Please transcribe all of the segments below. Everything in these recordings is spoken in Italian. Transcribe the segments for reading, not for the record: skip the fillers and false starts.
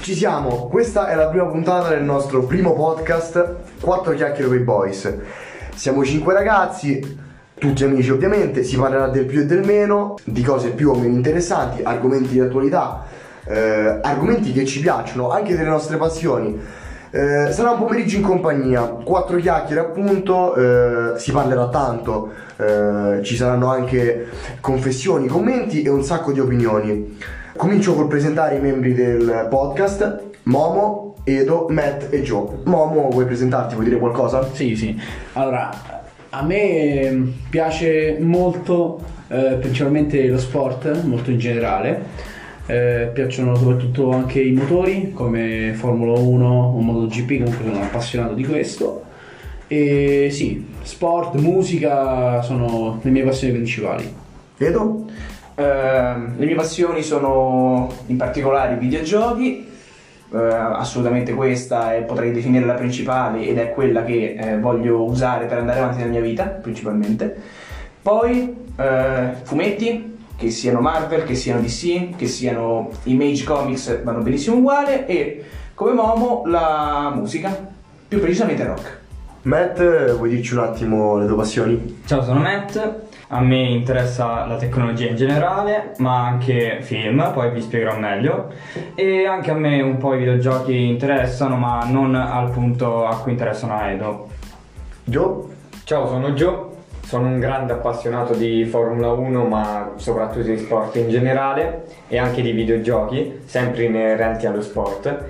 Ci siamo, questa è la prima puntata del nostro primo podcast, 4 chiacchiere con i boys. Siamo 5 ragazzi, tutti amici ovviamente, si parlerà del più e del meno, di cose più o meno interessanti, argomenti di attualità, argomenti che ci piacciono, anche delle nostre passioni. Sarà un pomeriggio in compagnia, 4 chiacchiere appunto, si parlerà tanto, ci saranno anche confessioni, commenti e un sacco di opinioni. Comincio col presentare i membri del podcast: Momo, Edo, Matt e Joe. Momo, vuoi presentarti? Vuoi dire qualcosa? Sì. Allora, a me piace molto principalmente lo sport, molto in generale. Piacciono soprattutto anche i motori come Formula 1 o MotoGP, comunque sono appassionato di questo. E sì, sport, musica sono le mie passioni principali. Edo? Le mie passioni sono in particolare i videogiochi, assolutamente questa potrei definire la principale ed è quella che voglio usare per andare avanti nella mia vita principalmente. Poi fumetti, che siano Marvel, che siano DC, che siano Image Comics, vanno benissimo uguale, e come Momo la musica, più precisamente rock. Matt, vuoi dirci un attimo le tue passioni? Ciao, sono Matt. A me interessa la tecnologia in generale, ma anche film, poi vi spiegherò meglio. E anche a me un po' i videogiochi interessano, ma non al punto a cui interessano a Edo. Joe? Ciao, sono Joe. Sono un grande appassionato di Formula 1, ma soprattutto di sport in generale e anche di videogiochi, sempre inerenti allo sport.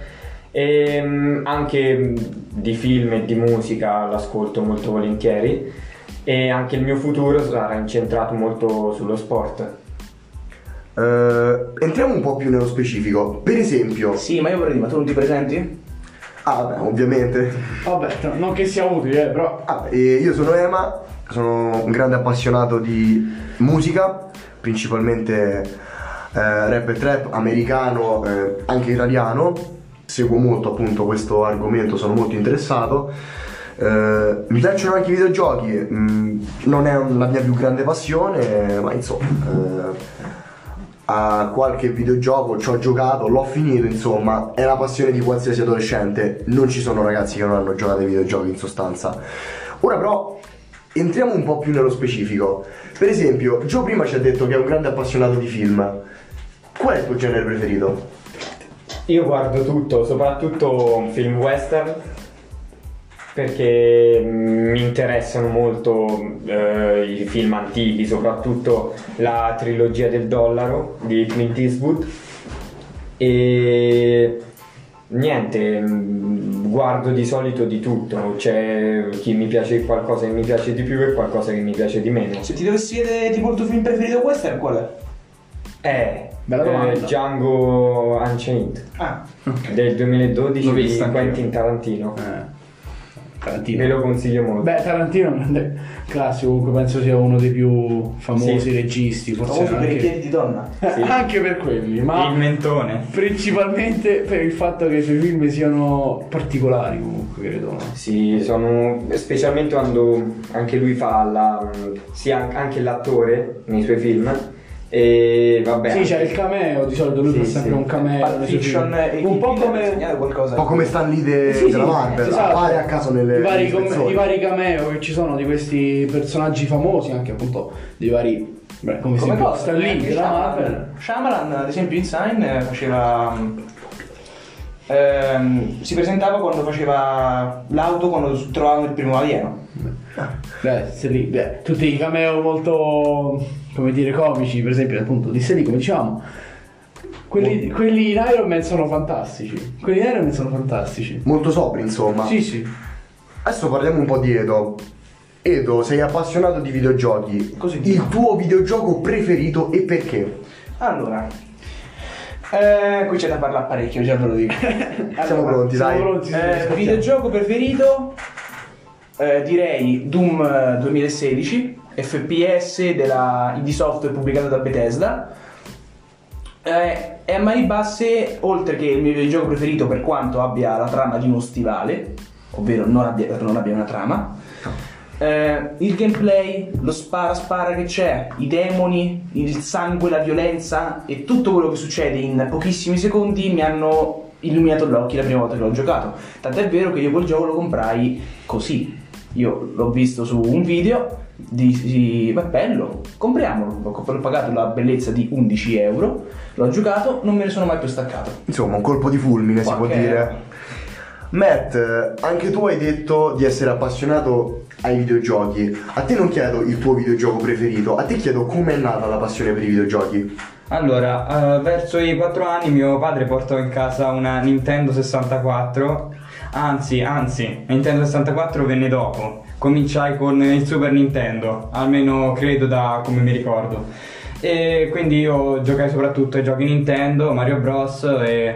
E anche di film e di musica l'ascolto molto volentieri. E anche il mio futuro sarà incentrato molto sullo sport. Entriamo un po' più nello specifico. Per esempio... Sì, ma io vorrei dire, ma tu non ti presenti? Ah, beh, ovviamente. Vabbè, non che sia utile, però. Io sono Ema, sono un grande appassionato di musica, principalmente rap e trap, americano, anche italiano. Seguo molto appunto questo argomento, sono molto interessato. Mi piacciono anche i videogiochi, non è la mia più grande passione, ma insomma a qualche videogioco ci ho giocato, l'ho finito, insomma è la passione di qualsiasi adolescente. Non ci sono ragazzi che non hanno giocato ai videogiochi in sostanza. Ora però entriamo un po' più nello specifico. Per esempio Joe prima ci ha detto che è un grande appassionato di film. Qual è il tuo genere preferito? Io guardo tutto, soprattutto film western, perché mi interessano molto i film antichi, soprattutto la trilogia del dollaro di Clint Eastwood. E niente, guardo di solito di tutto, c'è chi mi piace qualcosa che mi piace di più e qualcosa che mi piace di meno. Se ti dovessi chiedere tipo il tuo film preferito western, qual è? Bella domanda. Django Unchained Okay. del 2012 L'ho di visto anch'io. Quentin Tarantino. Tarantino. Ve lo consiglio molto. Beh, Tarantino è un grande classico, comunque penso sia uno dei più famosi Sì. registi, forse Famoso per i anche... piedi di donna. Sì. Anche per quelli, ma Il mentone. principalmente per il fatto che i suoi film siano particolari, comunque credo, no? Sì, sono specialmente quando anche lui fa sia anche l'attore nei suoi film. E vabbè. Sì, c'è il cameo, di solito lui Sì, fa sempre sì. un cameo Pulp nei suoi Fiction film. e Un po' Kill Bill, come segnale qualcosa. Un po' come Stan Lee Sì, della Marvel, esatto. appare a caso nelle I vari cameo che ci sono di questi personaggi famosi, anche appunto dei vari, come si Come può, cosa? Stan Lee Anche della Marvel. Shyamalan, ad esempio in Sign faceva si presentava quando faceva l'auto, quando trovavano il primo alieno. Beh, Stan Lee, tutti i cameo molto, come dire, comici, per esempio appunto di Stan Lee, come diciamo. Quelli in Iron Man sono fantastici. Quelli in Iron Man sono fantastici. molto sobri, insomma. Sì. Adesso parliamo un po' di Edo. Edo, sei appassionato di videogiochi. Così. Il tuo videogioco preferito e perché? Allora, qui c'è da parlare parecchio, già ve lo dico. Siamo pronti, dai. Siamo pronti, sì. Videogioco preferito, direi Doom 2016, FPS della ID Software pubblicato da Bethesda. E a mani basse, oltre che il mio videogioco preferito per quanto abbia la trama di uno stivale, ovvero non abbia una trama, il gameplay, lo spara che c'è, i demoni, il sangue, la violenza e tutto quello che succede in pochissimi secondi mi hanno illuminato gli occhi la prima volta che l'ho giocato. Tant'è vero che io quel gioco lo comprai così. Io l'ho visto su un video, dissi, ma è bello, compriamolo. L'ho pagato la bellezza di 11 euro, l'ho giocato, non me ne sono mai più staccato. Insomma, un colpo di fulmine, si può Qualche- dire. Matt, anche tu hai detto di essere appassionato ai videogiochi. A te non chiedo il tuo videogioco preferito, a te chiedo come è nata la passione per i videogiochi. Allora, verso i 4 anni mio padre portò in casa una Nintendo 64. Anzi, Nintendo 64 venne dopo. Cominciai con il Super Nintendo, almeno credo da come mi ricordo. E quindi io giocai soprattutto ai giochi Nintendo, Mario Bros.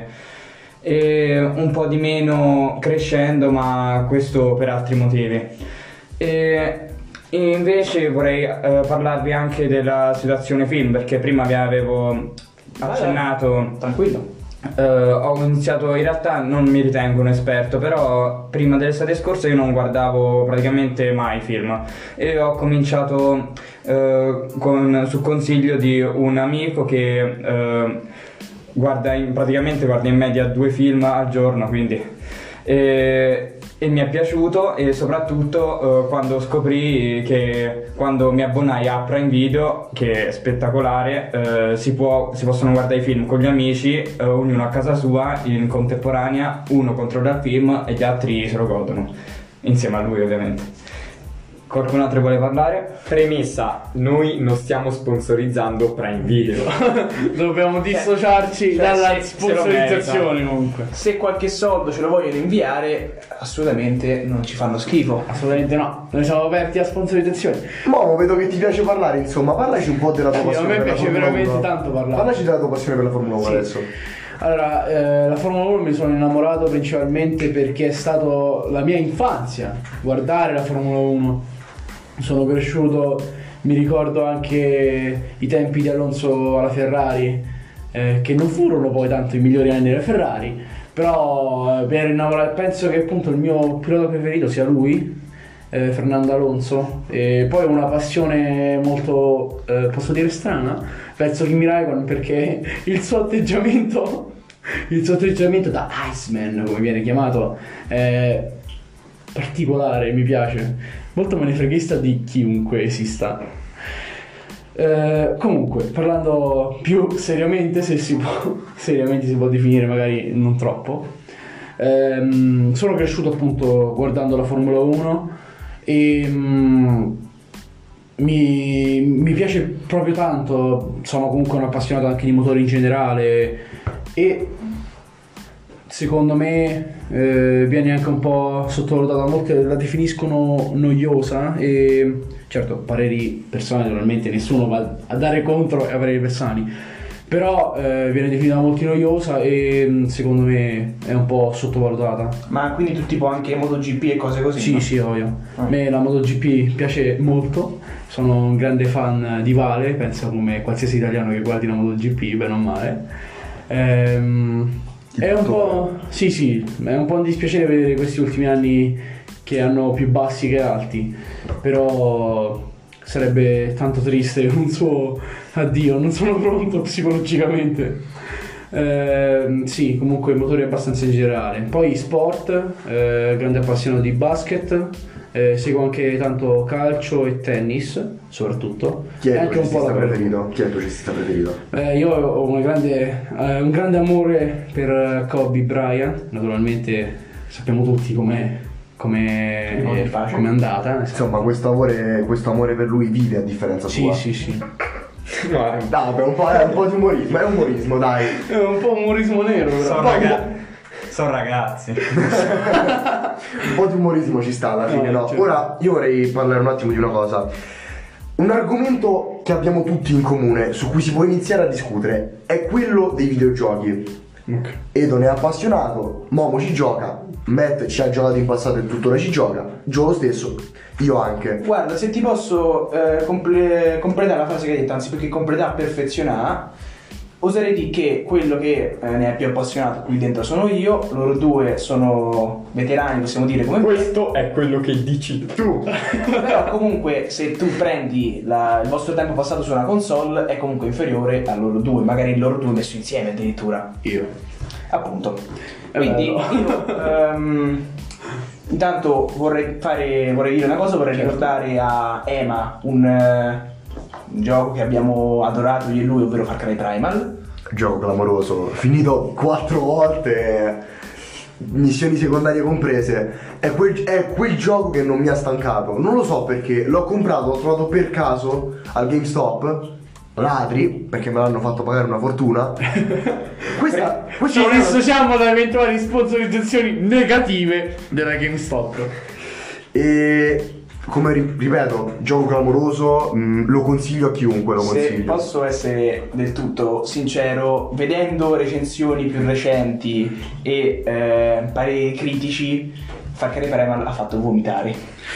E un po' di meno crescendo, ma questo per altri motivi. E invece vorrei parlarvi anche della situazione film, perché prima vi avevo accennato. Tranquillo. Ho iniziato, in realtà non mi ritengo un esperto, però prima dell'estate scorsa io non guardavo praticamente mai film e ho cominciato su consiglio di un amico che praticamente guarda in media 2 film al giorno, quindi e mi è piaciuto, e soprattutto quando scoprì che quando mi abbonai a Prime Video, che è spettacolare, si possono guardare i film con gli amici, ognuno a casa sua in contemporanea, uno controlla il film e gli altri se lo godono insieme a lui, ovviamente. Qualcun altro vuole parlare? Premessa, noi non stiamo sponsorizzando Prime Video. Dobbiamo dissociarci cioè, dalla se lo sponsorizzazione comunque. Se qualche soldo ce lo vogliono inviare, assolutamente non ci fanno schifo. Assolutamente no, noi siamo aperti a sponsorizzazioni. Mo vedo che ti piace parlare, insomma, parlaci un po' della tua Sì, a passione me per la piace Formula veramente 1. tanto parlare. Parlaci della tua passione per la Formula 1 Sì. adesso. Allora, la Formula 1 mi sono innamorato principalmente perché è stato la mia infanzia guardare la Formula 1. Sono cresciuto, mi ricordo anche i tempi di Alonso alla Ferrari, che non furono poi tanto i migliori anni della Ferrari, però mi ero innamorato. Penso che appunto il mio pilota preferito sia lui, Fernando Alonso, e poi ho una passione molto, posso dire, strana verso Kimi Raikkonen, perché il suo atteggiamento da Iceman, come viene chiamato, è particolare, mi piace. Molto menefreghista di chiunque esista. Comunque, parlando più seriamente, se si può definire, magari non troppo, sono cresciuto appunto guardando la Formula 1 e mi piace proprio tanto. Sono comunque un appassionato anche di motori in generale e secondo me viene anche un po' sottovalutata. Molti la definiscono noiosa e certo, pareri personali, naturalmente nessuno va a dare contro a pareri personali, però viene definita da molti noiosa e secondo me è un po' sottovalutata. Ma quindi tu tipo anche MotoGP e cose così? Sì, no? sì, ovvio. A me la MotoGP piace molto, sono un grande fan di Vale, penso come qualsiasi italiano che guardi la MotoGP, bene o male. È un po'. Sì, è un po' un dispiacere vedere questi ultimi anni che hanno più bassi che alti, però sarebbe tanto triste un suo addio, non sono pronto psicologicamente. Sì, comunque motori abbastanza in generale. Poi sport, grande appassionato di basket, seguo anche tanto calcio e tennis, soprattutto. Chi è il anche tuo un po' cestista la preferito? Chi è il tuo cestista preferito? Io ho un grande amore per Kobe Bryant, naturalmente sappiamo tutti com'è andata. Insomma, questo amore per lui vive a differenza Sì, sua. sì. No, Dai, è un po' di umorismo, è umorismo, dai. È un po' umorismo nero, però. Sono ragazzi. Un po' di umorismo ci sta alla fine, No, no? certo. Ora io vorrei parlare un attimo di una cosa. Un argomento che abbiamo tutti in comune, su cui si può iniziare a discutere, è quello dei videogiochi. Ok. Edo ne è appassionato, Momo ci gioca, Matt ci ha giocato in passato e tuttora ci gioca, Gio lo stesso, io anche. Guarda, se ti posso completare la frase che hai detto, anzi più che completare, perfezionare, oserei dire che quello che ne è più appassionato qui dentro sono io, loro due sono veterani, possiamo dire, come me. questo è quello che dici tu. Però comunque se tu prendi il vostro tempo passato su una console è comunque inferiore a loro due, magari loro due messo insieme addirittura. Io. Appunto. Quindi io intanto vorrei dire una cosa, vorrei ricordare a Ema un gioco che abbiamo adorato io e lui, ovvero Far Cry Primal. Gioco clamoroso, finito 4 volte, missioni secondarie comprese. È quel gioco che non mi ha stancato. Non lo so perché, l'ho comprato, l'ho trovato per caso al GameStop. Ladri, perché me l'hanno fatto pagare una fortuna. Questa Ci non è una- dissociamo da eventuali sponsorizzazioni negative della GameStop. E come ripeto, gioco clamoroso, lo consiglio a chiunque lo Se consiglio. posso essere del tutto sincero, vedendo recensioni più recenti e pareri critici, Far Cry Primal ha fatto vomitare.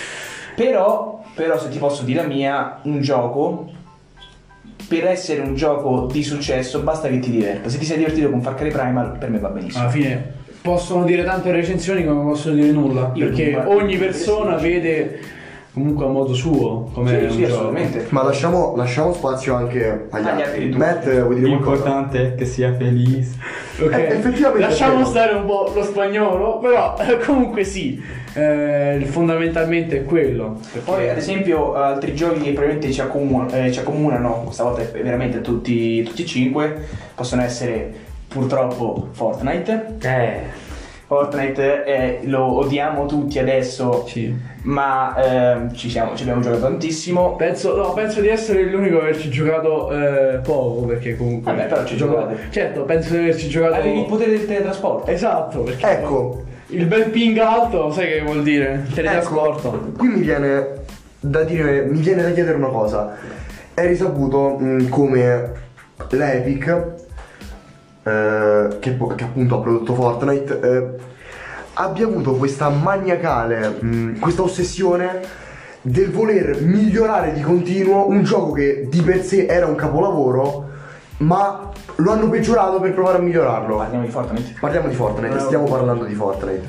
Però se ti posso dire la mia, un gioco, per essere un gioco di successo, basta che ti diverta. Se ti sei divertito con Far Cry Primal, per me va benissimo. Alla fine possono dire tante recensioni come possono dire nulla, Io perché guarda, ogni persona vede comunque a modo suo come Sì, un sì, gioco. assolutamente. Ma lasciamo spazio anche agli altri. tu. Matt, vuoi dire qualcosa? L'importante è che sia felice. Ok, effettivamente lasciamo è vero. stare un po' lo spagnolo, però comunque sì, fondamentalmente è quello. Poi ad esempio altri giochi che probabilmente ci accomunano, questa volta è veramente tutti e 5, possono essere purtroppo Fortnite. Fortnite lo odiamo tutti adesso, Sì. ma ci abbiamo giocato tantissimo. Penso di essere l'unico a averci giocato poco, perché comunque Vabbè, però ci gioco- giocate. Certo, penso di averci giocato. Avevi il potere del teletrasporto. Esatto, perché Ecco, il bel ping alto, sai che vuol dire? Teletrasporto. ecco, qui mi viene da chiedere una cosa. È risaputo come l'Epic, che appunto ha prodotto Fortnite, abbia avuto questa maniacale, questa ossessione del voler migliorare di continuo un gioco che di per sé era un capolavoro, ma lo hanno peggiorato per provare a migliorarlo. Parliamo di Fortnite. Parliamo di Fortnite, stiamo parlando di Fortnite.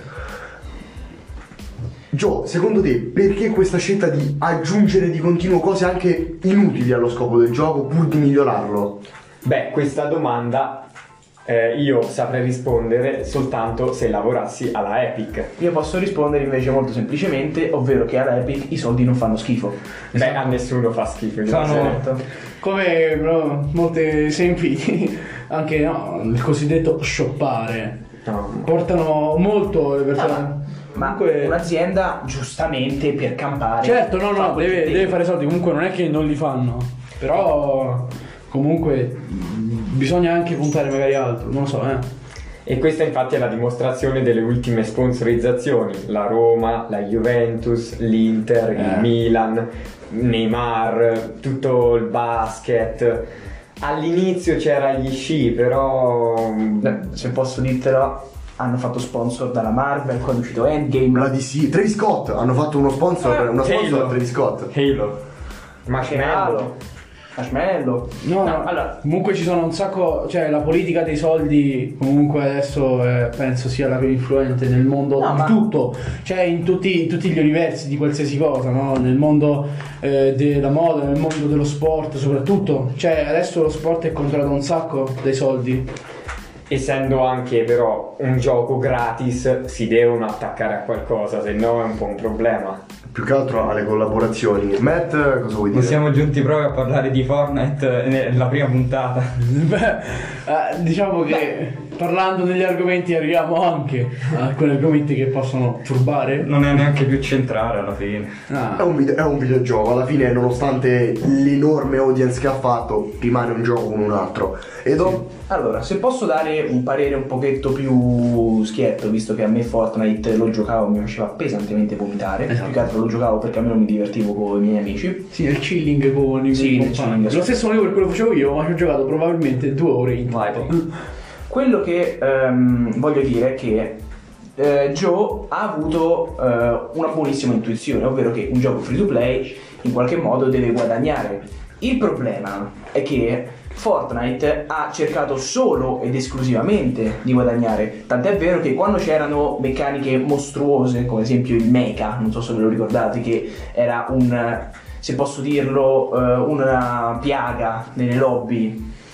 Gio, secondo te perché questa scelta di aggiungere di continuo cose anche inutili allo scopo del gioco pur di migliorarlo? Beh, questa domanda io saprei rispondere soltanto se lavorassi alla Epic. Io posso rispondere invece molto semplicemente, ovvero che alla Epic i soldi non fanno schifo. Beh, a nessuno fa schifo. Sono come molti esempi, anche il cosiddetto shoppare. No. Portano molto le persone. Ma Comunque- un'azienda giustamente per campare. Certo, fa quel che deve fare soldi, comunque non è che non li fanno. Però comunque bisogna anche puntare magari altro, non lo so, E questa infatti è la dimostrazione delle ultime sponsorizzazioni: la Roma, la Juventus, l'Inter, il Milan, Neymar, tutto il basket. All'inizio c'era gli sci, però Se posso dirtelo, hanno fatto sponsor dalla Marvel quando è uscito Endgame. La DC, Travis Scott, hanno fatto uno sponsor a Travis Scott. Halo, Marshmallow. Marshmallow. No, allora, comunque ci sono un sacco, cioè la politica dei soldi comunque adesso penso sia la più influente nel mondo No, di ma- tutto, cioè in tutti gli universi di qualsiasi cosa, no? Nel mondo della moda, nel mondo dello sport soprattutto, cioè adesso lo sport è controllato un sacco dai soldi. Essendo anche però un gioco gratis, si devono attaccare a qualcosa, se no è un po' un problema. Più che altro alle collaborazioni. Matt, cosa vuoi dire? Non siamo giunti proprio a parlare di Fortnite nella prima puntata. Diciamo che parlando degli argomenti arriviamo anche a alcuni argomenti che possono turbare. Non è neanche più centrale alla fine. Ah. È un videogioco, alla fine nonostante l'enorme audience che ha fatto, rimane un gioco come un altro. Edo? allora, se posso dare un parere un pochetto più schietto, visto che a me Fortnite lo giocavo, mi faceva pesantemente vomitare. Esatto. Più che altro lo giocavo perché almeno mi divertivo con i miei amici. Sì, nel chilling con i Sì, miei nel compagni. chilling, Lo stesso motivo per cui lo facevo io, ma ci ho giocato probabilmente 2 ore in tutto. Quello che voglio dire è che Joe ha avuto una buonissima intuizione, ovvero che un gioco free to play in qualche modo deve guadagnare. Il problema è che Fortnite ha cercato solo ed esclusivamente di guadagnare, tant'è vero che quando c'erano meccaniche mostruose, come ad esempio il mecha, non so se ve lo ricordate, che era se posso dirlo, una piaga nelle lobby,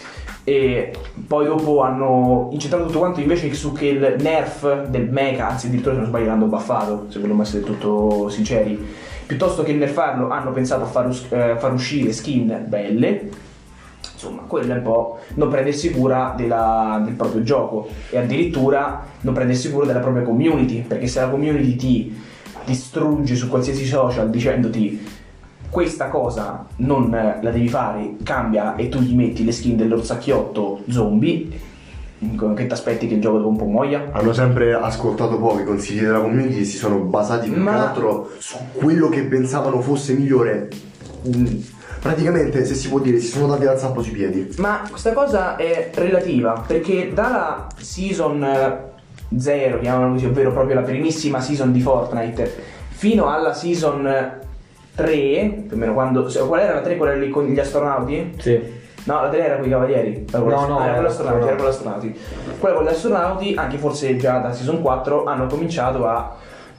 e poi dopo hanno incentrato tutto quanto invece su che il nerf del mecha, anzi addirittura se non sbaglio l'hanno buffato, se vogliamo essere del tutto sinceri, piuttosto che nerfarlo hanno pensato a far uscire skin belle. Insomma, quello è un po' non prendersi cura del proprio gioco e addirittura non prendersi cura della propria community, perché se la community ti distrugge su qualsiasi social dicendoti questa cosa non la devi fare, cambia, e tu gli metti le skin dell'orzacchiotto zombie, che ti aspetti che il gioco dopo un po' muoia? Hanno sempre ascoltato poco i consigli della community e si sono basati più che altro su quello che pensavano fosse migliore. Praticamente, se si può dire, si sono dati al zappo sui piedi. Ma questa cosa è relativa, perché dalla season 0, chiamiamola così, ovvero proprio la primissima season di Fortnite, fino alla season 3, più o meno, qual era la 3? Quella lì con gli astronauti? Sì. No, la 3 era con i cavalieri. No, era con gli astronauti. Quella con gli astronauti, anche forse già da season 4, hanno cominciato a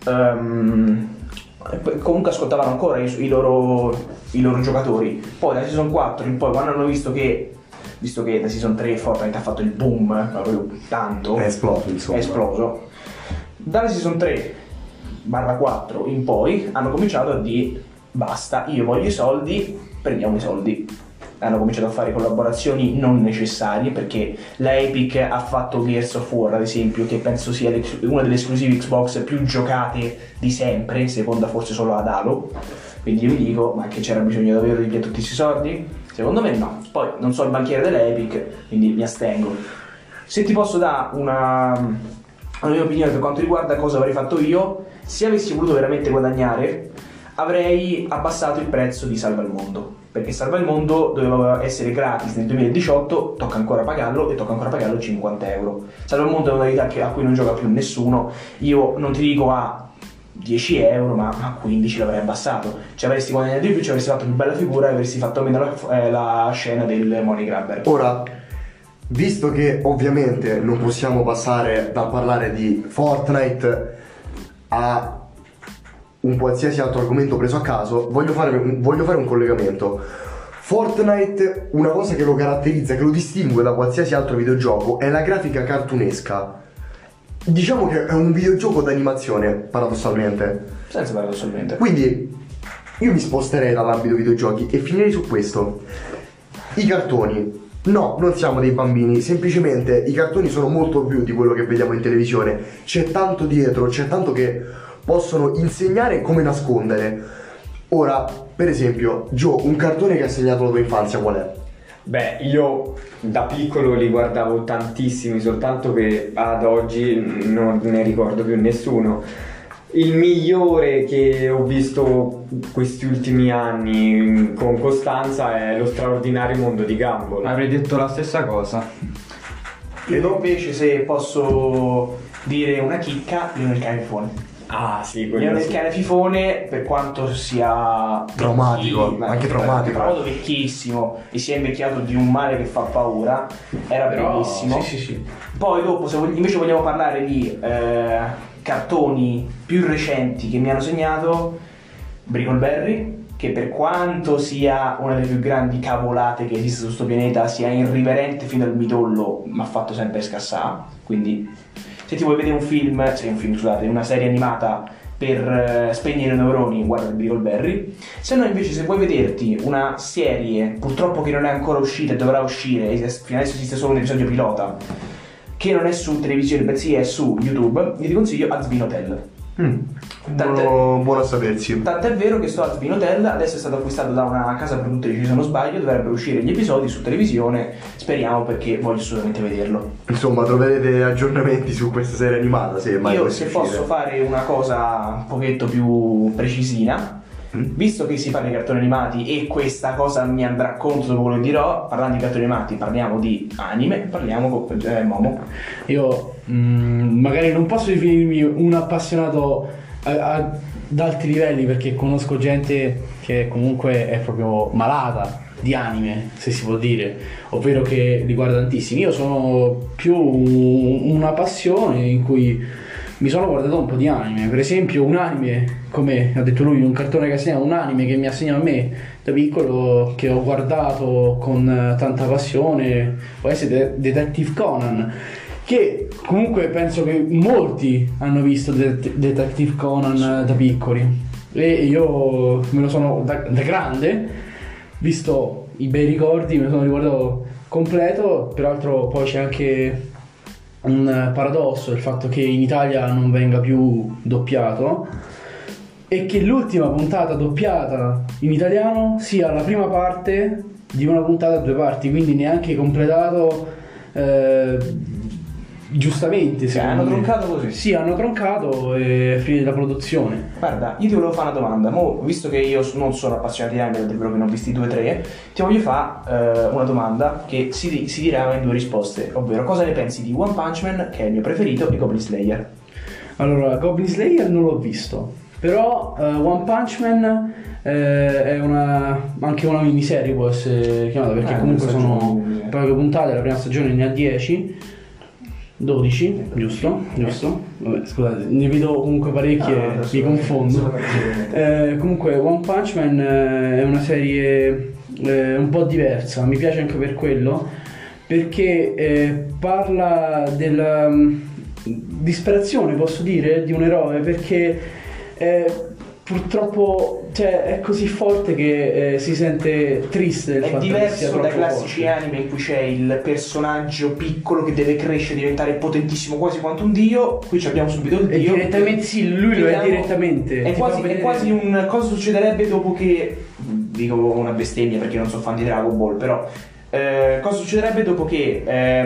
comunque ascoltavano ancora i loro giocatori. Poi da season 4 in poi, quando hanno visto che da season 3 Fortnite ha fatto il boom, proprio tanto, È esploso, insomma. è esploso. Dalla season 3/4 in poi hanno cominciato a dire basta, io voglio i soldi, prendiamo i soldi. Hanno cominciato a fare collaborazioni non necessarie, perché la Epic ha fatto Gears of War, ad esempio, che penso sia una delle esclusive Xbox più giocate di sempre, seconda forse solo ad Halo. Quindi io vi dico, ma che c'era bisogno davvero di pigliare tutti questi soldi? Secondo me no. Poi non so il banchiere dell'Epic, quindi mi astengo. Se ti posso dare una mia opinione per quanto riguarda cosa avrei fatto io, se avessi voluto veramente guadagnare, avrei abbassato il prezzo di Salva il Mondo, perché Salva il Mondo doveva essere gratis nel 2018, tocca ancora pagarlo, e tocca ancora pagarlo 50 euro. Salva il Mondo è una modalità a cui non gioca più nessuno. Io non ti dico a 10 euro, ma a 15 l'avrei abbassato. Ci avresti guadagnato di più, ci avresti fatto più bella figura e avresti fatto meno la scena del money grabber. Ora, visto che ovviamente non possiamo passare dal parlare di Fortnite a un qualsiasi altro argomento preso a caso, voglio fare un collegamento. Fortnite, una cosa che lo caratterizza, che lo distingue da qualsiasi altro videogioco, è la grafica cartunesca. Diciamo che è un videogioco d'animazione, paradossalmente. Senza paradossalmente. Quindi io mi sposterei dall'ambito videogiochi e finirei su questo. I cartoni. No, non siamo dei bambini, semplicemente i cartoni sono molto più di quello che vediamo in televisione. C'è tanto dietro, c'è tanto che possono insegnare come nascondere. Ora, per esempio, Gio, un cartone che ha segnato la tua infanzia qual è? Beh, io da piccolo li guardavo tantissimi, soltanto che ad oggi non ne ricordo più nessuno. Il migliore che ho visto questi ultimi anni con costanza è Lo straordinario mondo di Gumball. Avrei detto la stessa cosa. Io invece, se posso dire una chicca, Leone il cane fifone. Ah sì, quello Leone il sì. cane fifone, per quanto sia Traumatico, anche traumatico. Tra l'altro vecchissimo e sia invecchiato di un male che fa paura, era bellissimo. Sì. Poi dopo, se invece vogliamo parlare di cartoni più recenti che mi hanno segnato, Brickleberry, che per quanto sia una delle più grandi cavolate che esiste su sto pianeta, sia irriverente fino al midollo, ma ha fatto sempre scassare. Quindi se ti vuoi vedere una serie animata per spegnere i neuroni, guarda Brickleberry. Se no invece, se vuoi vederti una serie, purtroppo che non è ancora uscita e dovrà uscire, fino adesso esiste solo un episodio pilota, che non è su televisione bensì è su YouTube, io ti consiglio Hazbin Hotel. Buono a sapersi. Tant'è vero che sto Hazbin Hotel adesso è stato acquistato da una casa produttrice, se non sbaglio, dovrebbero uscire gli episodi su televisione, speriamo, perché voglio assolutamente vederlo. Insomma, troverete aggiornamenti su questa serie animata, se mai Io, dovesse se uscire. posso fare una cosa un pochetto più precisina, visto che si parla di cartoni animati e questa cosa mi andrà contro dopo quello che dirò, parlando di cartoni animati parliamo di anime, parliamo con Momo. Io magari non posso definirmi un appassionato ad alti livelli, perché conosco gente che comunque è proprio malata di anime, se si può dire, ovvero che li guarda tantissimi. Io sono più una passione in cui mi sono guardato un po' di anime. Per esempio un anime, come ha detto lui, un cartone che segna, un anime che mi ha segnato a me da piccolo, che ho guardato con tanta passione, può essere Detective Conan, che comunque penso che molti hanno visto Detective Conan da piccoli, e io me lo sono da grande visto i bei ricordi, me lo sono ricordato completo. Peraltro poi c'è anche un paradosso, il fatto che in Italia non venga più doppiato e che l'ultima puntata doppiata in italiano sia la prima parte di una puntata a 2 parti, quindi neanche completato giustamente. Hanno troncato così. Sì, hanno troncato e è finita la produzione. Guarda, io ti volevo fare una domanda. Mo, visto che io non sono appassionato di anime, per che ne ho visti 2 o 3, ti voglio fare una domanda che si dirà in 2 risposte, ovvero cosa ne pensi di One Punch Man, che è il mio preferito, e Goblin Slayer? Allora, Goblin Slayer non l'ho visto, però One Punch Man è anche una miniserie, può essere chiamata, perché comunque sono poche puntate, la prima stagione ne ha 10. 12, giusto? Vabbè, scusate, ne vedo comunque parecchie e mi confondo. Comunque One Punch Man è una serie un po' diversa, mi piace anche per quello, perché parla della disperazione, posso dire, di un eroe, perché purtroppo è così forte che si sente triste del è fatto che sia diverso troppo dai classici forte. anime in cui c'è il personaggio piccolo che deve crescere, diventare potentissimo quasi quanto un dio. Qui abbiamo subito il dio. Direttamente, sì, lui lo è direttamente. È quasi un cosa succederebbe dopo che, dico una bestemmia perché non sono fan di Dragon Ball, però cosa succederebbe dopo che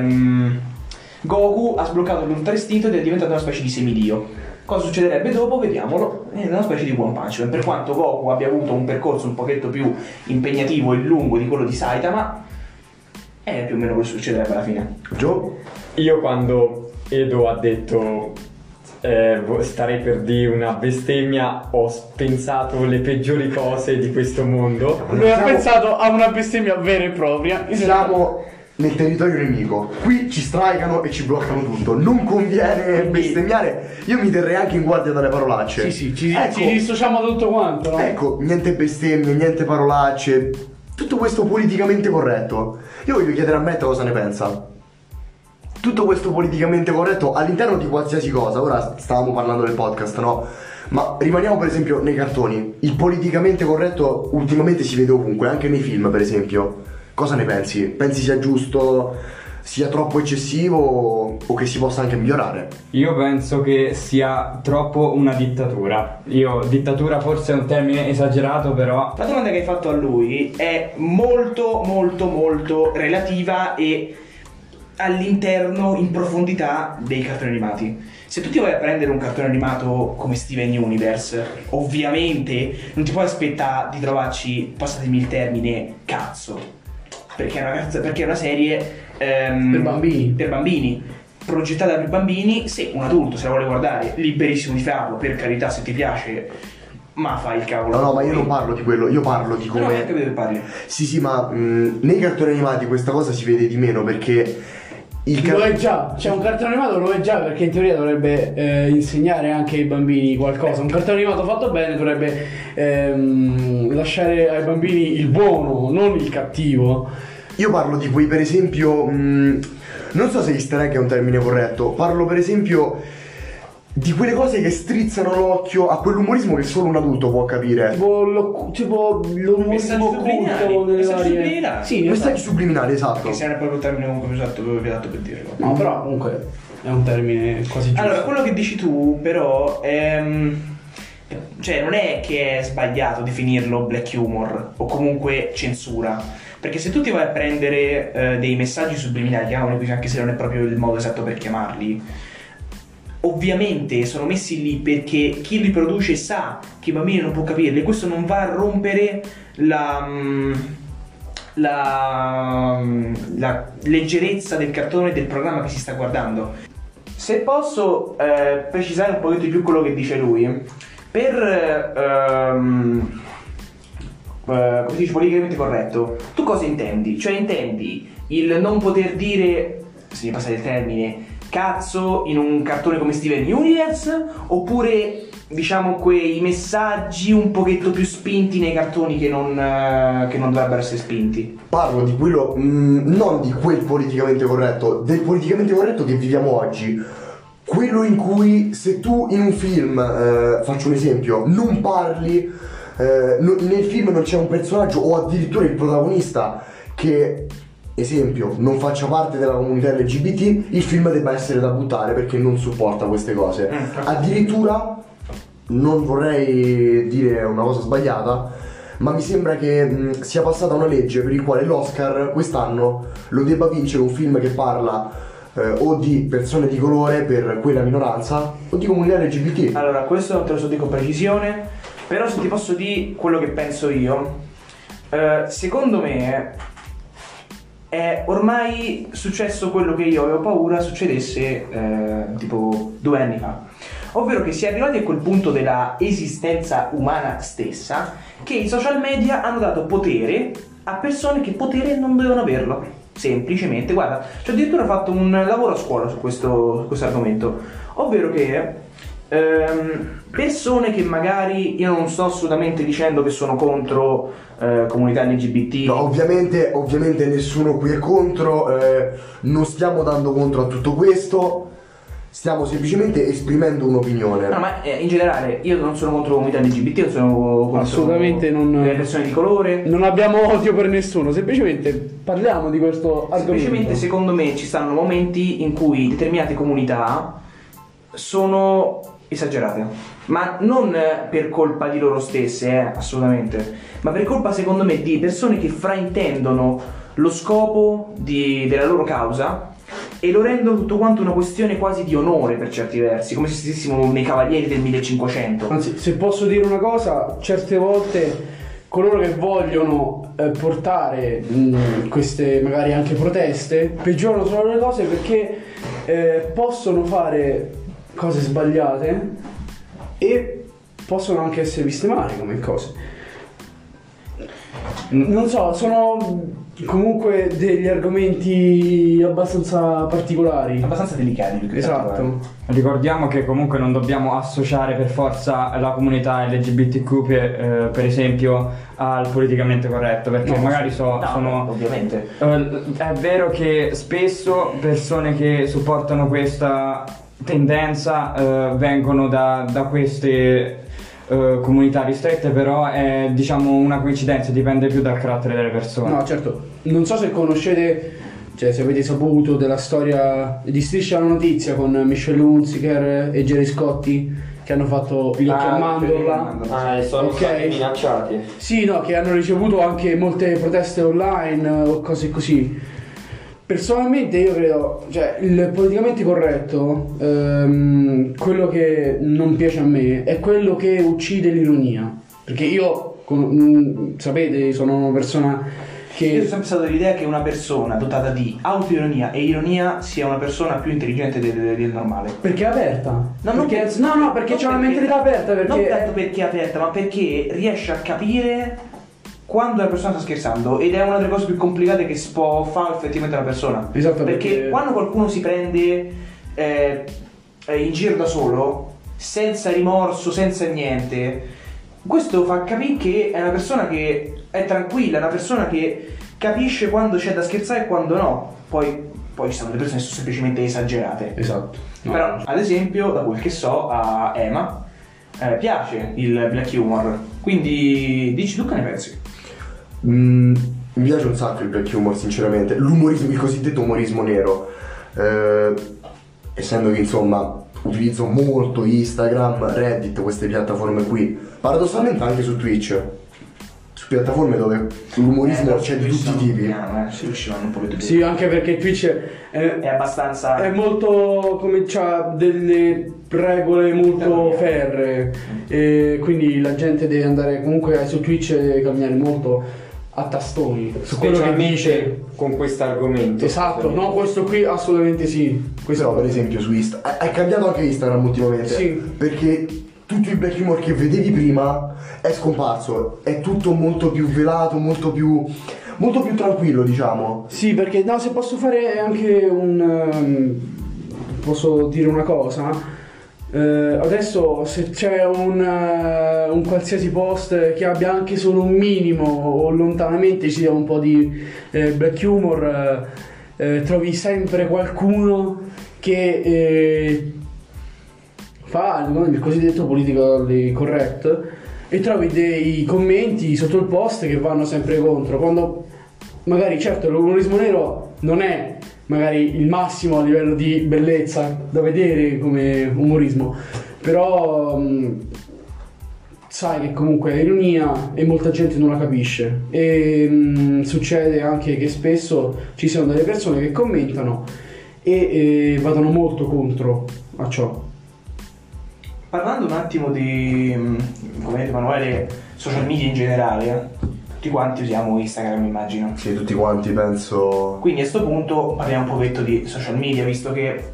Goku ha sbloccato l'ultra istinto ed è diventato una specie di semidio. Cosa succederebbe dopo? Vediamolo. È una specie di One Punch Man. Per quanto Goku abbia avuto un percorso un pochetto più impegnativo e lungo di quello di Saitama, è più o meno quello che succederebbe alla fine. Joe? Io quando Edo ha detto starei per dire una bestemmia, ho pensato le peggiori cose di questo mondo. Lui ha pensato a una bestemmia vera e propria. Siamo nel territorio nemico, qui ci strikano e ci bloccano tutto, non conviene bestemmiare. Io mi terrei anche in guardia dalle parolacce. Sì, ci dissociamo da tutto quanto, no? Ecco, niente bestemmie, niente parolacce, tutto questo politicamente corretto. Io voglio chiedere a Matt cosa ne pensa. Tutto questo politicamente corretto all'interno di qualsiasi cosa. Ora stavamo parlando del podcast, no? Ma rimaniamo per esempio nei cartoni. Il politicamente corretto ultimamente si vede ovunque, anche nei film per esempio. Cosa ne pensi? Pensi sia giusto, sia troppo eccessivo o che si possa anche migliorare? Io penso che sia troppo una dittatura. Dittatura forse è un termine esagerato, però La domanda che hai fatto a lui è molto relativa e all'interno, in profondità dei cartoni animati. Se tu ti vai a prendere un cartone animato come Steven Universe, ovviamente non ti puoi aspettare di trovarci, passatemi il termine, cazzo. Perché è una serie per bambini, progettata per bambini. Se un adulto se la vuole guardare, liberissimo di farlo, per carità, se ti piace, ma fai il cavolo. No, ma io non parlo di quello, io parlo di come... No, non capito che parli. Sì, ma nei cartoni animati questa cosa si vede di meno perché... Lo è già, c'è un cartone animato, lo è già, perché in teoria dovrebbe insegnare anche ai bambini qualcosa. Un cartone animato fatto bene dovrebbe lasciare ai bambini il buono, non il cattivo. Io parlo di quei, per esempio, non so se easter egg è un termine corretto, parlo per esempio di quelle cose che strizzano l'occhio a quell'umorismo che solo un adulto può capire. Tipo l'umorismo occulto nelle varie... Sì, Messaggi subliminali, esatto. Che se non è proprio il termine comunque esatto, vietato per dirlo. No, però comunque è un termine quasi giusto. Allora, quello che dici tu però cioè non è che è sbagliato definirlo black humor o comunque censura, perché se tu ti vai a prendere dei messaggi subliminali, chiamiamoli, anche se non è proprio il modo esatto per chiamarli, ovviamente sono messi lì perché chi li produce sa che i bambini non può capirli, e questo non va a rompere la leggerezza del cartone e del programma che si sta guardando. Se posso precisare un po' di più quello che dice lui, per come si dice, politicamente corretto, tu cosa intendi? Cioè intendi il non poter dire, se mi passa il termine, cazzo in un cartone come Steven Universe, oppure diciamo quei messaggi un pochetto più spinti nei cartoni che non dovrebbero essere spinti? Parlo di quello, non di quel politicamente corretto, del politicamente corretto che viviamo oggi. Quello in cui se tu in un film, faccio un esempio, non parli, nel film non c'è un personaggio o addirittura il protagonista che, esempio, non faccia parte della comunità LGBT, il film debba essere da buttare perché non supporta queste cose. Addirittura, non vorrei dire una cosa sbagliata, ma mi sembra che sia passata una legge per il quale l'Oscar quest'anno lo debba vincere un film che parla o di persone di colore per quella minoranza o di comunità LGBT. Allora, questo non te lo so dire con precisione, però se ti posso dire quello che penso io, secondo me è ormai successo quello che io avevo paura succedesse tipo 2 anni fa. Ovvero che si è arrivati a quel punto della esistenza umana stessa che i social media hanno dato potere a persone che potere non dovevano averlo. Semplicemente, guarda, ci ho addirittura fatto un lavoro a scuola su questo argomento. Ovvero che persone che magari, io non sto assolutamente dicendo che sono contro comunità LGBT. No, ovviamente nessuno qui è contro, non stiamo dando contro a tutto questo. Stiamo semplicemente esprimendo un'opinione. No, ma in generale io non sono contro la comunità LGBT, non sono contro Assolutamente le persone di colore. Non abbiamo odio per nessuno, semplicemente parliamo di questo argomento. Semplicemente secondo me ci stanno momenti in cui determinate comunità sono esagerate. Ma non per colpa di loro stesse, assolutamente. Ma per colpa secondo me di persone che fraintendono lo scopo della loro causa e lo rendono tutto quanto una questione quasi di onore per certi versi, come se stessimo nei cavalieri del 1500. Anzi, se posso dire una cosa, certe volte coloro che vogliono portare queste magari anche proteste peggiorano solo le cose perché possono fare cose sbagliate e possono anche essere viste male come cose. Non so, sono comunque degli argomenti abbastanza particolari, Abbastanza delicati più che esatto. Ricordiamo che comunque non dobbiamo associare per forza la comunità LGBTQ per esempio al politicamente corretto, perché magari sono ovviamente. È vero che spesso persone che supportano questa tendenza vengono da queste comunità ristrette, però è diciamo una coincidenza, dipende più dal carattere delle persone. No, certo, non so se conoscete, cioè se avete saputo della storia di Striscia la Notizia con Michelle Hunziker e Gerry Scotti che hanno fatto gli occhi a mandorla. Sono stati minacciati. Sì, no, che hanno ricevuto anche molte proteste online o cose così. Personalmente io credo, cioè il politicamente corretto, quello che non piace a me è quello che uccide l'ironia. Perché io, sapete, sono una persona che... Io sono sempre stato dell'idea che una persona dotata di autoironia e ironia sia una persona più intelligente del normale. Perché è aperta. Perché c'è una perché- mentalità aperta, Non perché... tanto perché è aperta, ma perché riesce a capire quando la persona sta scherzando, ed è una delle cose più complicate che si può fare effettivamente una persona. Esatto, perché quando qualcuno si prende in giro da solo, senza rimorso, senza niente, questo fa capire che è una persona che è tranquilla, è una persona che capisce quando c'è da scherzare e quando no. Poi ci sono delle persone che sono semplicemente esagerate. Esatto. No. Però, ad esempio, da quel che so, a Emma piace il black humor. Quindi dici tu che ne pensi? Mi piace un sacco il black humor, sinceramente. L'umorismo, il cosiddetto umorismo nero. Essendo che insomma utilizzo molto Instagram, Reddit, queste piattaforme qui. Paradossalmente anche su Twitch. Su piattaforme dove l'umorismo c'è di tutti i tipi. Twitch vanno un po' più. Sì, anche perché Twitch È abbastanza. è molto, come c'ha delle regole molto ferree, e quindi la gente deve andare comunque su Twitch e camminare molto a tastoni su quello che dice. Con questo argomento. Esatto, no, questo qui assolutamente sì. Questo Però per esempio su Instagram è cambiato anche Instagram ultimamente. Sì. Perché tutto il black humor che vedevi prima è scomparso. È tutto molto più velato, molto più tranquillo, diciamo. Sì, perché no, se posso fare anche un posso dire una cosa. Adesso se c'è un qualsiasi post che abbia anche solo un minimo o lontanamente sia un po' di black humor, trovi sempre qualcuno che fa il cosiddetto politically correct e trovi dei commenti sotto il post che vanno sempre contro, quando magari certo l'umorismo nero non è magari il massimo a livello di bellezza da vedere come umorismo, però sai che comunque è ironia e molta gente non la capisce e succede anche che spesso ci siano delle persone che commentano e vadano molto contro a ciò. Parlando un attimo di, come detto Emanuele, social media in generale, tutti quanti usiamo Instagram, immagino. Sì, tutti quanti penso. Quindi a questo punto parliamo un pochetto di social media, visto che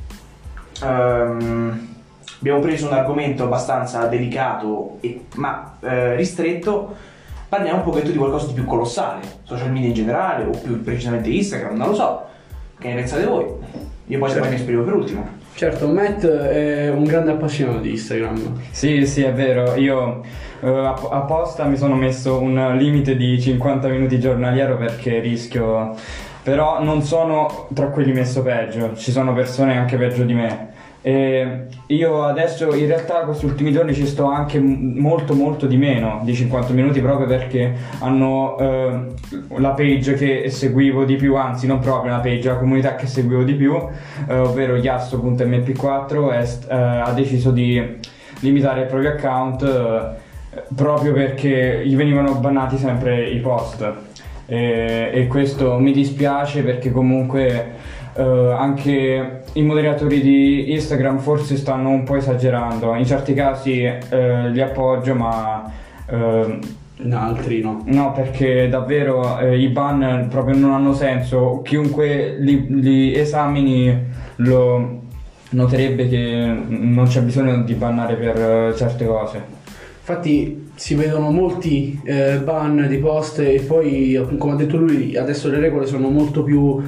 abbiamo preso un argomento abbastanza delicato ma ristretto. Parliamo un pochetto di qualcosa di più colossale, social media in generale o più precisamente Instagram, non lo so. Che ne pensate voi? Io poi mi esprimo per ultimo. Certo, Matt è un grande appassionato di Instagram. Sì, è vero, io apposta mi sono messo un limite di 50 minuti giornaliero perché rischio, però non sono tra quelli messo peggio, ci sono persone anche peggio di me. E io adesso in realtà questi ultimi giorni ci sto anche molto di meno di 50 minuti proprio perché hanno la page che seguivo di più, anzi non proprio la page, la comunità che seguivo di più, ovvero yasso.mp4 ha deciso di limitare il proprio account proprio perché gli venivano bannati sempre i post e questo mi dispiace perché comunque anche i moderatori di Instagram forse stanno un po' esagerando, in certi casi li appoggio ma in altri no. No, perché davvero i ban proprio non hanno senso, chiunque li esamini lo noterebbe che non c'è bisogno di bannare per certe cose. Infatti si vedono molti ban di post e poi come ha detto lui adesso le regole sono molto più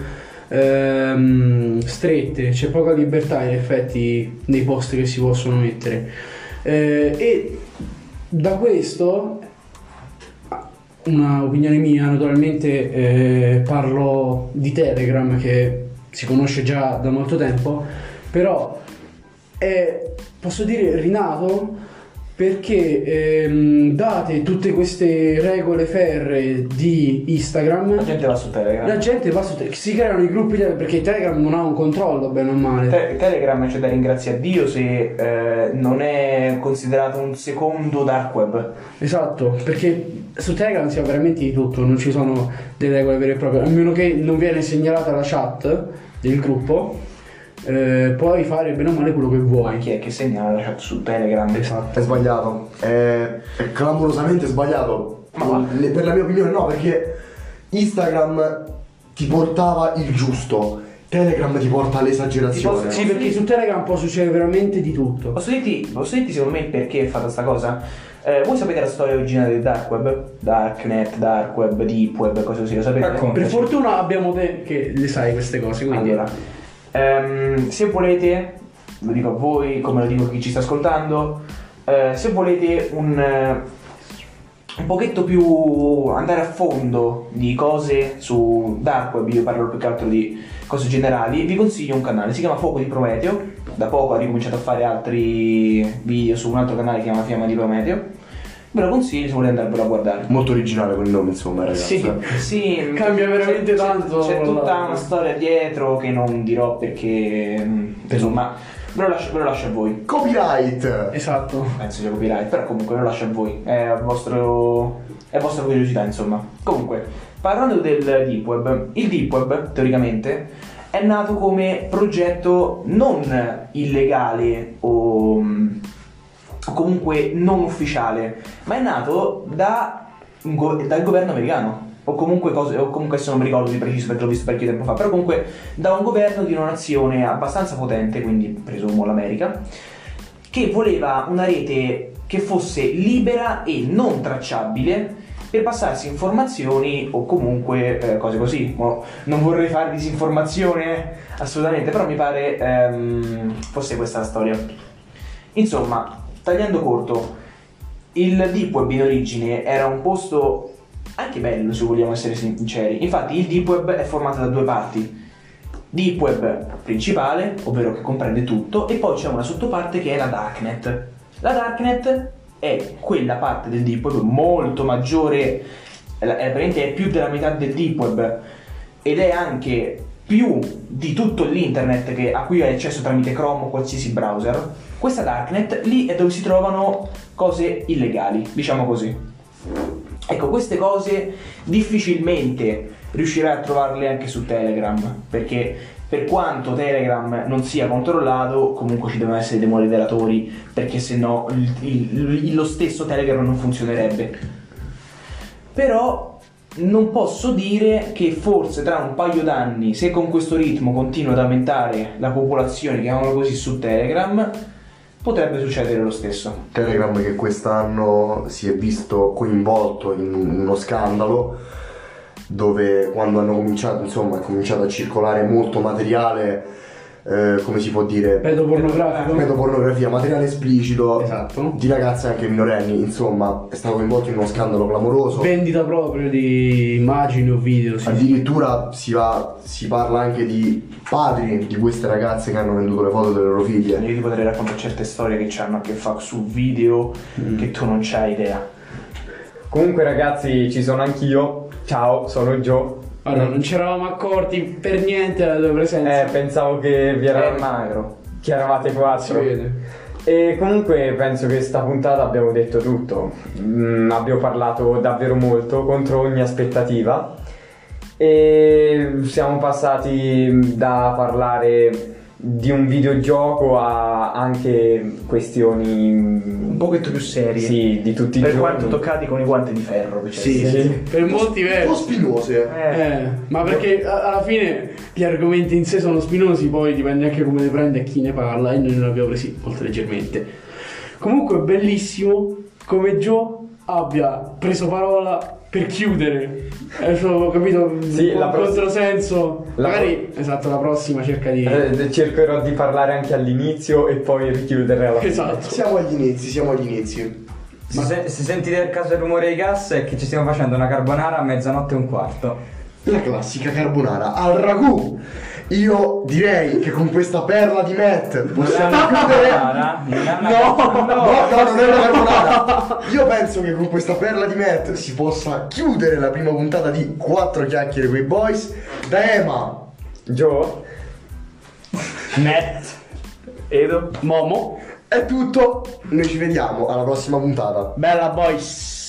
strette, c'è poca libertà in effetti nei post che si possono mettere e da questo una opinione mia naturalmente parlo di Telegram che si conosce già da molto tempo, però è posso dire rinato perché date tutte queste regole ferree di Instagram La gente va su Telegram. Si creano i gruppi perché Telegram non ha un controllo bene o male. Telegram c'è da ringraziare Dio se non è considerato un secondo dark web. Esatto, perché su Telegram si ha veramente di tutto, non ci sono delle regole vere e proprie, a meno che non viene segnalata la chat del gruppo. Puoi fare bene o male quello che vuoi. Chi è che segnala la chat su Telegram? Esatto. È sbagliato, è clamorosamente sbagliato. Ma per la mia opinione no, perché Instagram ti portava il giusto, Telegram ti porta all'esagerazione. Sì, perché su Telegram può succedere veramente di tutto. Posso dirti secondo me perché è fatta sta cosa? Voi sapete la storia originale del dark web? Darknet, dark web, deep web, cose così, lo sapete? Per fortuna abbiamo te che le sai queste cose, quindi allora se volete, lo dico a voi come lo dico a chi ci sta ascoltando, se volete un pochetto più andare a fondo di cose su dark web, io parlo più che altro di cose generali, vi consiglio un canale, si chiama Fuoco di Prometeo. Da poco ha ricominciato a fare altri video su un altro canale che si chiama Fiamma di Prometeo. Ve lo consiglio se volete andarvelo a guardare. Molto originale quel nome, insomma, ragazzi. Sì, cambia veramente tanto. C'è tutta una storia dietro che non dirò perché insomma ve lo lascio a voi. Copyright! esatto. Penso sia copyright, però comunque ve lo lascio a voi. È vostra curiosità, insomma. Comunque, parlando del deep web, il deep web teoricamente è nato come progetto non illegale o comunque non ufficiale, ma è nato dal governo americano o comunque adesso non mi ricordo di preciso perché l'ho visto parecchio tempo fa, però comunque da un governo di una nazione abbastanza potente, quindi presumo l'America, che voleva una rete che fosse libera e non tracciabile per passarsi informazioni o comunque cose così. Non vorrei fare disinformazione, assolutamente, però mi pare fosse questa la storia. Insomma, tagliando corto, il Deep Web in origine era un posto anche bello, se vogliamo essere sinceri. Infatti il Deep Web è formato da due parti: Deep Web principale, ovvero che comprende tutto, e poi c'è una sottoparte che è la Darknet. La Darknet è quella parte del Deep Web molto maggiore, praticamente è più della metà del Deep Web, ed è anche più di tutto l'internet a cui hai accesso tramite Chrome o qualsiasi browser. Questa Darknet lì è dove si trovano cose illegali, diciamo così. Ecco, queste cose difficilmente riuscirai a trovarle anche su Telegram, perché per quanto Telegram non sia controllato, comunque ci devono essere dei moderatori, perché se no lo stesso Telegram non funzionerebbe. Però non posso dire che forse tra un paio d'anni, se con questo ritmo continua ad aumentare la popolazione, chiamiamola così, su Telegram, potrebbe succedere lo stesso. Telegram che quest'anno si è visto coinvolto in uno scandalo dove, quando hanno cominciato, insomma, è cominciato a circolare molto materiale, come si può dire, pedopornografia, materiale esplicito, esatto, di ragazze anche minorenni, insomma è stato coinvolto in uno scandalo clamoroso, vendita proprio di immagini o video, sì. Addirittura si parla anche di padri di queste ragazze che hanno venduto le foto delle loro figlie. Io ti potrei raccontare certe storie che hanno a che fare su video che tu non c'hai idea. Comunque ragazzi, ci sono anch'io. Ciao, sono Gio. Allora, non ci eravamo accorti per niente della tua presenza. Pensavo che vi È magro. che eravate Si quattro. vede. E comunque penso che sta puntata abbiamo detto tutto. Abbiamo parlato davvero molto, contro ogni aspettativa. E siamo passati da parlare di un videogioco a anche questioni Un pochetto più serie. sì, di tutti i Per giorni. quanto toccati con i guanti di ferro. Sì, Sì. per molti Un po' versi. spinose. Ma perché alla fine gli argomenti in sé sono spinosi, poi dipende anche come ne prende e chi ne parla, e noi ne abbiamo presi molto leggermente. Comunque è bellissimo come Joe abbia preso parola per chiudere. Ho capito, Sì, un la controsenso. la Magari, esatto, la prossima cerca di... cercherò di parlare anche all'inizio e poi richiudere alla fine. Esatto. Siamo agli inizi. Se sentite il caso del rumore dei gas è che ci stiamo facendo una carbonara a 00:15. La classica carbonara al ragù. Io direi che con questa perla di Matt possiamo chiudere. No, non è una carbonara. Io penso che con questa perla di Matt si possa chiudere la prima puntata di 4 chiacchiere coi boys. Da Ema, Gio, Net. Edo. Momo. è tutto. Noi ci vediamo alla prossima puntata. Bella boys.